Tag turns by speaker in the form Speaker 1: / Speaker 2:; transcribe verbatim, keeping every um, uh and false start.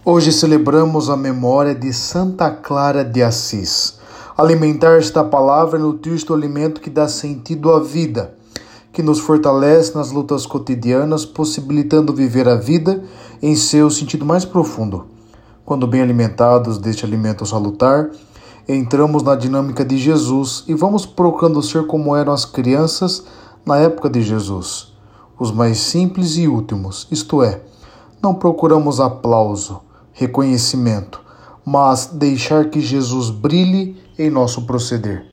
Speaker 1: Hoje celebramos a memória de Santa Clara de Assis. Alimentar-se da palavra é nutrir-se do alimento que dá sentido à vida, que nos fortalece nas lutas cotidianas, possibilitando viver a vida em seu sentido mais profundo. Quando bem alimentados deste alimento salutar, entramos na dinâmica de Jesus e vamos procurando ser como eram as crianças na época de Jesus, os mais simples e últimos, isto é, não procuramos aplauso, reconhecimento, mas deixar que Jesus brilhe em nosso proceder.